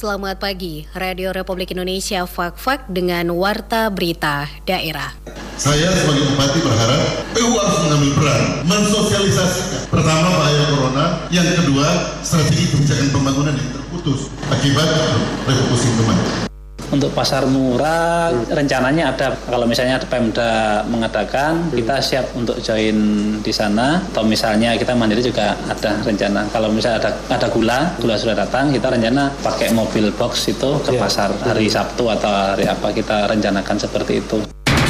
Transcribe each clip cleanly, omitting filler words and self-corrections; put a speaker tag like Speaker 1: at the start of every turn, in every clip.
Speaker 1: Selamat pagi, Radio Republik Indonesia Fak-Fak dengan Warta Berita Daerah.
Speaker 2: Saya sebagai Bupati berharap PU harus mengambil peran mensosialisasikan pertama bahaya corona, yang kedua strategi kebijakan pembangunan yang terputus akibat refocusing kemarin.
Speaker 3: Untuk pasar murah rencananya ada, kalau misalnya Pemda mengadakan, kita siap untuk join di sana. Atau misalnya kita mandiri juga ada rencana. Kalau misalnya ada gula sudah datang, kita rencana pakai mobil box itu ke pasar hari Sabtu atau hari apa, kita rencanakan seperti itu.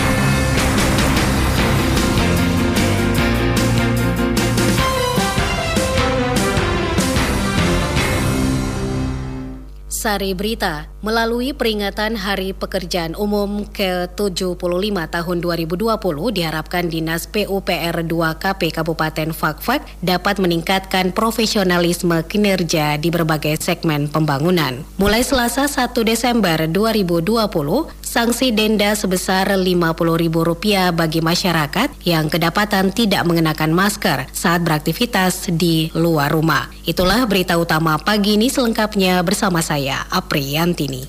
Speaker 1: Sari Berita, melalui peringatan Hari Pekerjaan Umum ke-75 tahun 2020, diharapkan Dinas PUPR 2KP Kabupaten Fak-Fak dapat meningkatkan profesionalisme kinerja di berbagai segmen pembangunan. Mulai Selasa 1 Desember 2020, sanksi denda sebesar Rp50.000 bagi masyarakat yang kedapatan tidak mengenakan masker saat beraktivitas di luar rumah. Itulah berita utama pagi ini, selengkapnya bersama saya, Apriyantini.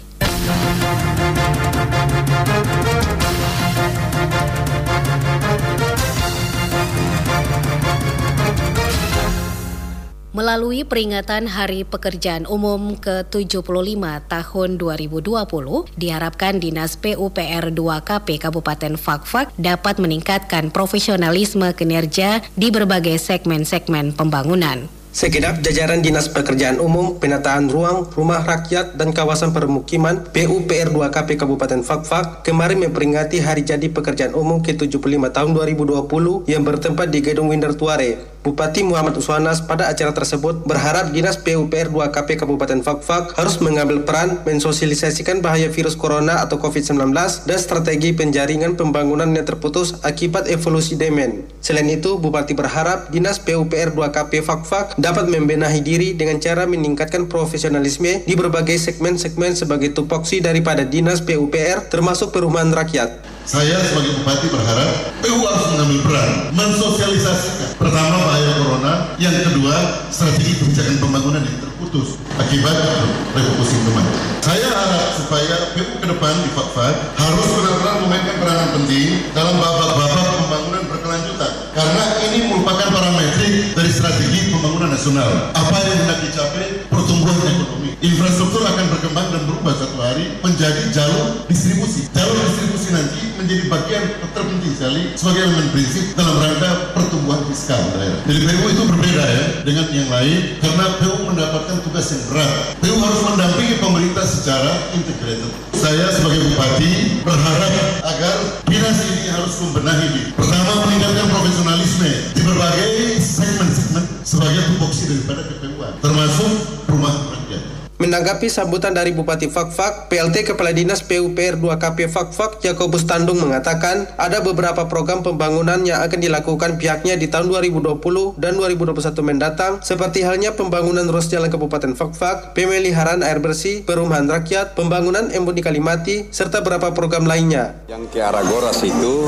Speaker 1: Melalui peringatan Hari Pekerjaan Umum ke-75 tahun 2020, diharapkan Dinas PUPR 2KP Kabupaten Fak-Fak dapat meningkatkan profesionalisme kinerja di berbagai segmen-segmen pembangunan.
Speaker 4: Segenap jajaran Dinas Pekerjaan Umum, Penataan Ruang, Rumah Rakyat, dan Kawasan Permukiman PUPR 2KP Kabupaten Fak-Fak kemarin memperingati Hari Jadi Pekerjaan Umum ke-75 tahun 2020 yang bertempat di Gedung Winder Tuare. Bupati Muhammad Uswanas pada acara tersebut berharap Dinas PUPR 2KP Kabupaten Fak-Fak harus mengambil peran mensosialisasikan bahaya virus corona atau COVID-19 dan strategi penjaringan pembangunan yang terputus akibat evolusi demand. Selain itu, Bupati berharap Dinas PUPR 2KP Fak-Fak dapat membenahi diri dengan cara meningkatkan profesionalisme di berbagai segmen-segmen sebagai tupoksi daripada Dinas PUPR termasuk perumahan rakyat.
Speaker 2: Saya sebagai Bupati berharap PU harus mengambil peran mensosialisasikan pertama bahaya corona, yang kedua strategi kebijakan pembangunan yang terputus akibat refocusing kemarin. Saya harap supaya PU ke depan di Fak-Fak harus benar-benar memainkan peranan penting dalam babak-babak pembangunan berkelanjutan, karena ini merupakan parametrik dari strategi pembangunan nasional. Apa yang hendak dicapai? Pertumbuhan ekonomi. Infrastruktur akan berkembang dan berubah satu hari menjadi jalur distribusi. Jalur distribusi nanti menjadi bagian terpenting sekali sebagai elemen prinsip dalam rangka pertumbuhan fiskal daerah. Jadi PU itu berbeda ya dengan yang lain, karena PU mendapatkan tugas yang berat. PU harus mendampingi pemerintah secara integrated. Saya sebagai Bupati berharap agar dinas ini harus membenahi diri. Pertama, meningkatkan profesionalisme di berbagai segmen-segmen sebagai tupoksi daripada KPU-an, termasuk rumah rakyat.
Speaker 4: Menanggapi sambutan dari Bupati Fak-Fak, PLT Kepala Dinas PUPR 2KP Fak-Fak Yakobus Tandung mengatakan ada beberapa program pembangunan yang akan dilakukan pihaknya di tahun 2020 dan 2021 mendatang, seperti halnya pembangunan ruas jalan Kabupaten Fak-Fak, pemeliharaan air bersih, perumahan rakyat, pembangunan embun di Kalimati, serta beberapa program lainnya.
Speaker 5: Yang ke arah Goras itu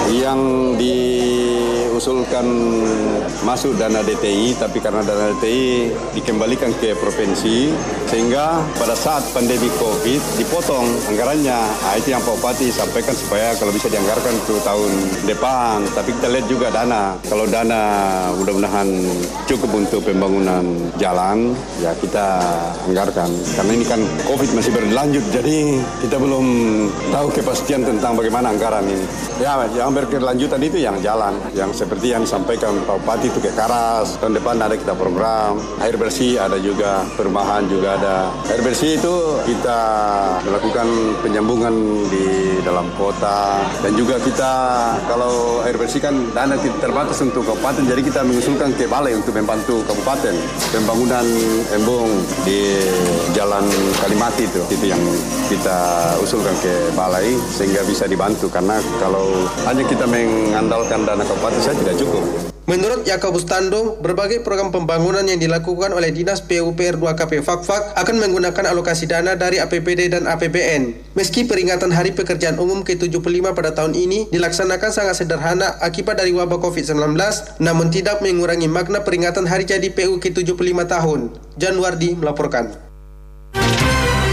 Speaker 5: yang diusulkan masuk dana DTI, tapi karena dana DTI dikembalikan ke provinsi, sehingga pada saat pandemi COVID dipotong anggarannya. Itu yang Pak Bupati sampaikan supaya kalau bisa dianggarkan ke tahun depan. Tapi kita lihat juga dana. Kalau dana mudah-mudahan cukup untuk pembangunan jalan, ya kita anggarkan. Karena ini kan COVID masih berlanjut, jadi kita belum tahu kepastian tentang bagaimana anggaran ini. Ya, yang berkelanjutan itu yang jalan, yang seperti yang disampaikan Pak Bupati itu ke Karas. Tahun depan ada kita program air bersih, ada juga perumahan juga ada. Air bersih itu kita melakukan penyambungan di dalam kota, dan juga kita kalau air bersih kan dana terbatas untuk kabupaten, jadi kita mengusulkan ke balai untuk membantu kabupaten pembangunan embung di jalan Kalimati itu yang kita usulkan ke balai sehingga bisa dibantu, karena kalau hanya kita mengandalkan dana kabupaten saja tidak cukup.
Speaker 4: Menurut Yakobus Tandung, berbagai program pembangunan yang dilakukan oleh Dinas PUPR 2KP Fak-Fak akan menggunakan alokasi dana dari APBD dan APBN. Meski peringatan Hari Pekerjaan Umum ke-75 pada tahun ini dilaksanakan sangat sederhana akibat dari wabah COVID-19, namun tidak mengurangi makna peringatan Hari Jadi PU ke-75 tahun. Janwardi melaporkan.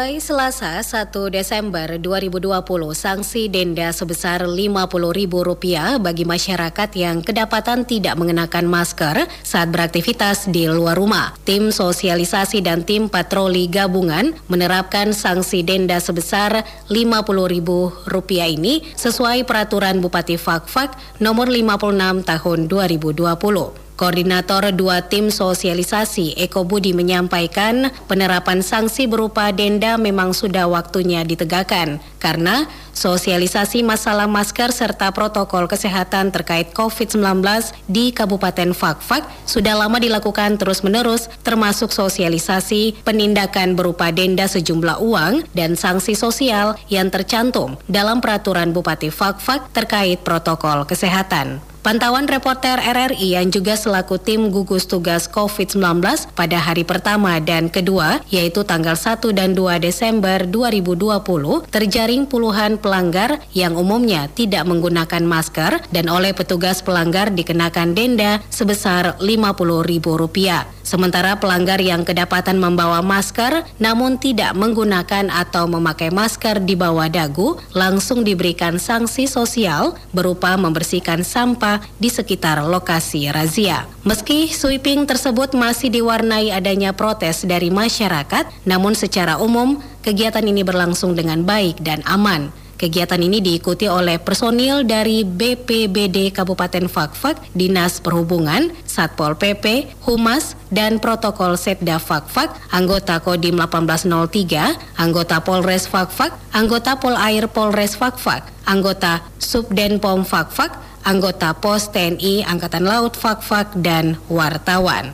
Speaker 1: Mulai Selasa 1 Desember 2020, sanksi denda sebesar Rp50.000 bagi masyarakat yang kedapatan tidak mengenakan masker saat beraktivitas di luar rumah. Tim sosialisasi dan tim patroli gabungan menerapkan sanksi denda sebesar Rp50.000 ini sesuai peraturan Bupati Fakfak nomor 56 tahun 2020. Koordinator 2 tim sosialisasi Eko Budi menyampaikan penerapan sanksi berupa denda memang sudah waktunya ditegakkan karena sosialisasi masalah masker serta protokol kesehatan terkait COVID-19 di Kabupaten Fakfak sudah lama dilakukan terus-menerus, termasuk sosialisasi penindakan berupa denda sejumlah uang dan sanksi sosial yang tercantum dalam peraturan Bupati Fakfak terkait protokol kesehatan. Pantauan reporter RRI yang juga selaku tim gugus tugas COVID-19 pada hari pertama dan kedua, yaitu tanggal 1 dan 2 Desember 2020, terjaring puluhan pelanggar yang umumnya tidak menggunakan masker dan oleh petugas pelanggar dikenakan denda sebesar Rp50.000. Sementara pelanggar yang kedapatan membawa masker namun tidak menggunakan atau memakai masker di bawah dagu langsung diberikan sanksi sosial berupa membersihkan sampah di sekitar lokasi razia. Meski sweeping tersebut masih diwarnai adanya protes dari masyarakat, namun secara umum kegiatan ini berlangsung dengan baik dan aman. Kegiatan ini diikuti oleh personil dari BPBD Kabupaten Fakfak, Dinas Perhubungan, Satpol PP, Humas, dan Protokol Setda Fakfak, anggota Kodim 1803, anggota Polres Fakfak, anggota Polair Polres Fakfak, anggota Subdenpom Fakfak, anggota Pos TNI Angkatan Laut Fakfak, dan wartawan.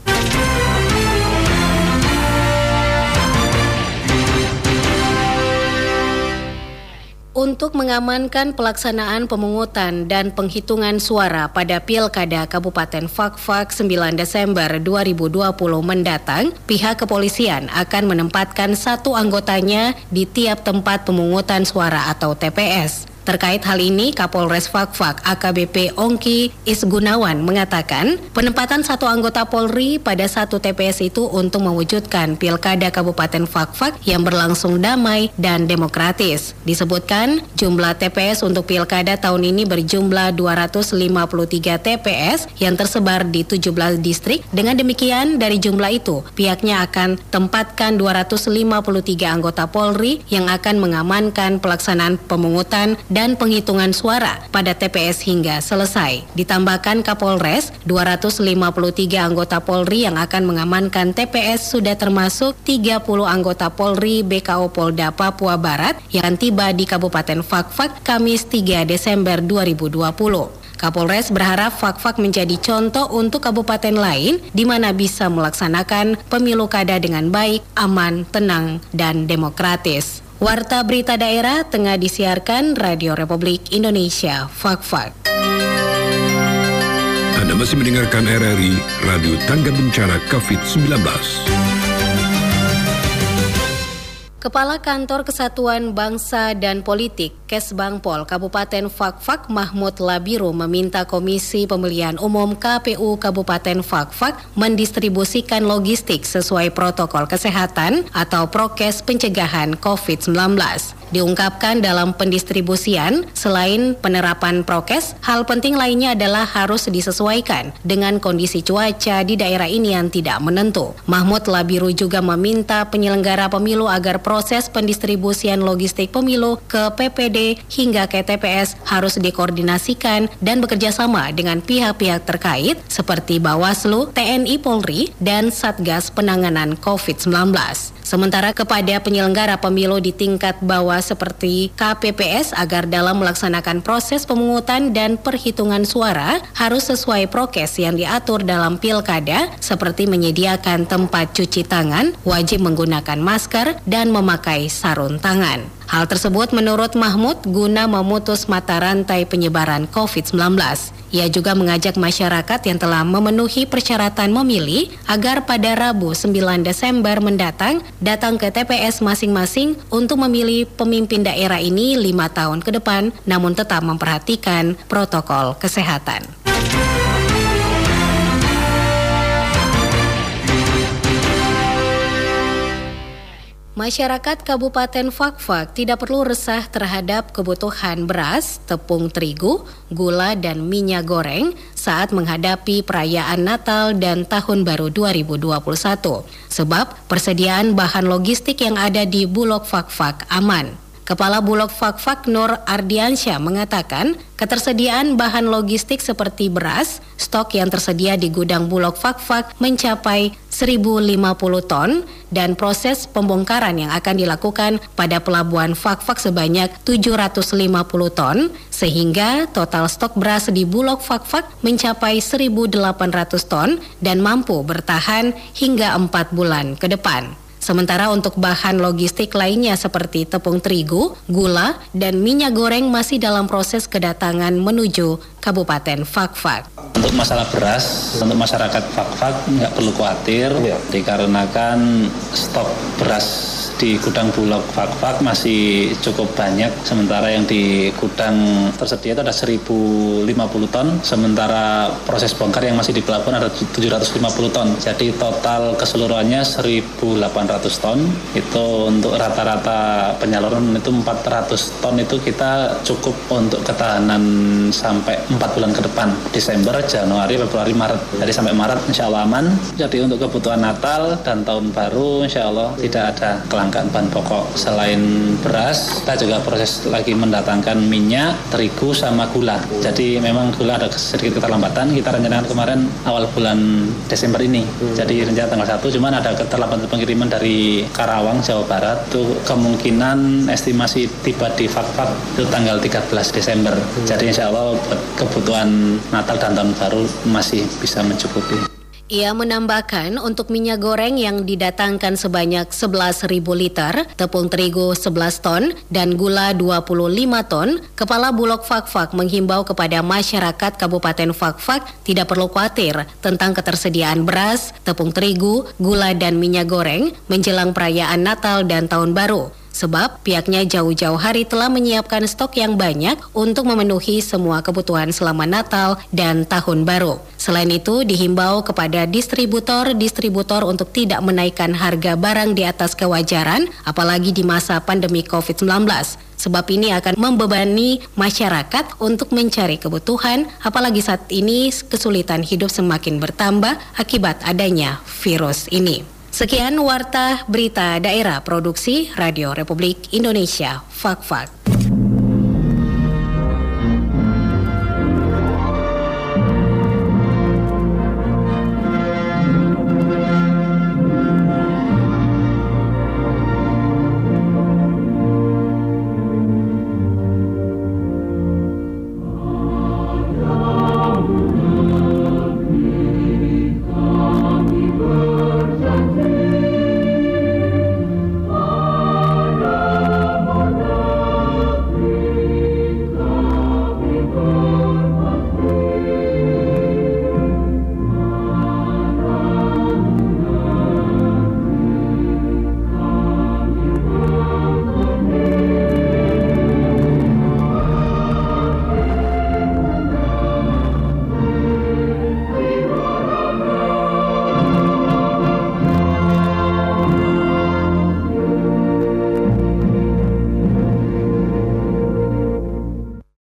Speaker 1: Untuk mengamankan pelaksanaan pemungutan dan penghitungan suara pada Pilkada Kabupaten Fakfak 9 Desember 2020 mendatang, pihak kepolisian akan menempatkan 1 anggotanya di tiap tempat pemungutan suara atau TPS. Terkait hal ini, Kapolres Fakfak AKBP Ongki Isgunawan mengatakan penempatan 1 anggota Polri pada 1 TPS itu untuk mewujudkan Pilkada Kabupaten Fakfak yang berlangsung damai dan demokratis. Disebutkan jumlah TPS untuk Pilkada tahun ini berjumlah 253 TPS yang tersebar di 17 distrik. Dengan demikian, dari jumlah itu, pihaknya akan tempatkan 253 anggota Polri yang akan mengamankan pelaksanaan pemungutan dan penghitungan suara pada TPS hingga selesai. Ditambahkan Kapolres, 253 anggota Polri yang akan mengamankan TPS sudah termasuk 30 anggota Polri BKO Polda Papua Barat yang tiba di Kabupaten Fakfak Kamis 3 Desember 2020. Kapolres berharap Fakfak menjadi contoh untuk kabupaten lain di mana bisa melaksanakan pemilu kada dengan baik, aman, tenang, dan demokratis. Warta Berita Daerah tengah disiarkan Radio Republik Indonesia, Fakfak.
Speaker 6: Anda masih mendengarkan RRI, Radio Tangga Bencana COVID-19.
Speaker 1: Kepala Kantor Kesatuan Bangsa dan Politik Kesbangpol Kabupaten Fakfak Mahmud Labiru meminta Komisi Pemilihan Umum KPU Kabupaten Fakfak mendistribusikan logistik sesuai protokol kesehatan atau prokes pencegahan COVID-19. Diungkapkan dalam pendistribusian, selain penerapan prokes, hal penting lainnya adalah harus disesuaikan dengan kondisi cuaca di daerah ini yang tidak menentu. Mahmud Labiru juga meminta penyelenggara pemilu agar proses pendistribusian logistik pemilu ke PPD hingga ke TPS harus dikoordinasikan dan bekerjasama dengan pihak-pihak terkait seperti Bawaslu, TNI Polri, dan Satgas Penanganan COVID-19. Sementara kepada penyelenggara pemilu di tingkat bawah seperti KPPS agar dalam melaksanakan proses pemungutan dan perhitungan suara harus sesuai prokes yang diatur dalam pilkada seperti menyediakan tempat cuci tangan, wajib menggunakan masker, dan memakai sarung tangan. Hal tersebut menurut Mahmud guna memutus mata rantai penyebaran COVID-19. Ia juga mengajak masyarakat yang telah memenuhi persyaratan memilih agar pada Rabu 9 Desember mendatang datang ke TPS masing-masing untuk memilih pemimpin daerah ini 5 tahun ke depan, namun tetap memperhatikan protokol kesehatan. Masyarakat Kabupaten Fakfak tidak perlu resah terhadap kebutuhan beras, tepung terigu, gula, dan minyak goreng saat menghadapi perayaan Natal dan Tahun Baru 2021. Sebab persediaan bahan logistik yang ada di Bulog Fakfak aman. Kepala Bulog Fakfak Nur Ardiansyah mengatakan ketersediaan bahan logistik seperti beras, stok yang tersedia di gudang Bulog Fakfak mencapai 1.050 ton dan proses pembongkaran yang akan dilakukan pada pelabuhan Fakfak sebanyak 750 ton sehingga total stok beras di Bulog Fakfak mencapai 1.800 ton dan mampu bertahan hingga 4 bulan ke depan. Sementara untuk bahan logistik lainnya seperti tepung terigu, gula, dan minyak goreng masih dalam proses kedatangan menuju Kabupaten Fakfak.
Speaker 3: Untuk masalah beras, untuk masyarakat Fakfak nggak perlu khawatir, dikarenakan stok beras di gudang Bulog Fakfak masih cukup banyak. Sementara yang di gudang tersedia itu ada 1.050 ton, sementara proses bongkar yang masih di pelabuhan ada 750 ton. Jadi total keseluruhannya 1.800 ton. Itu untuk rata-rata penyaluran itu 400 ton itu kita cukup untuk ketahanan sampai 4 bulan ke depan. Desember, Januari, Februari, Maret. Jadi sampai Maret insya Allah aman. Jadi untuk kebutuhan Natal dan Tahun Baru insya Allah tidak ada kelangkaan bahan pokok. Selain beras, kita juga proses lagi mendatangkan minyak, terigu, sama gula. Jadi memang gula ada sedikit keterlambatan. Kita rencanakan kemarin awal bulan Desember ini. Jadi rencana tanggal 1, cuman ada keterlambatan pengiriman dari Karawang, Jawa Barat. Itu kemungkinan estimasi tiba di Fakfak itu tanggal 13 Desember. Jadi insya Allah kebutuhan Natal dan Tahun Baru masih bisa mencukupi.
Speaker 1: Ia menambahkan untuk minyak goreng yang didatangkan sebanyak 11.000 liter, tepung terigu 11 ton, dan gula 25 ton, Kepala Bulog Fakfak menghimbau kepada masyarakat Kabupaten Fakfak tidak perlu khawatir tentang ketersediaan beras, tepung terigu, gula, dan minyak goreng menjelang perayaan Natal dan Tahun Baru. Sebab pihaknya jauh-jauh hari telah menyiapkan stok yang banyak untuk memenuhi semua kebutuhan selama Natal dan Tahun Baru. Selain itu, dihimbau kepada distributor untuk tidak menaikkan harga barang di atas kewajaran, apalagi di masa pandemi COVID-19. Sebab ini akan membebani masyarakat untuk mencari kebutuhan, apalagi saat ini kesulitan hidup semakin bertambah akibat adanya virus ini. Sekian Warta Berita Daerah Produksi Radio Republik Indonesia, Fakfak.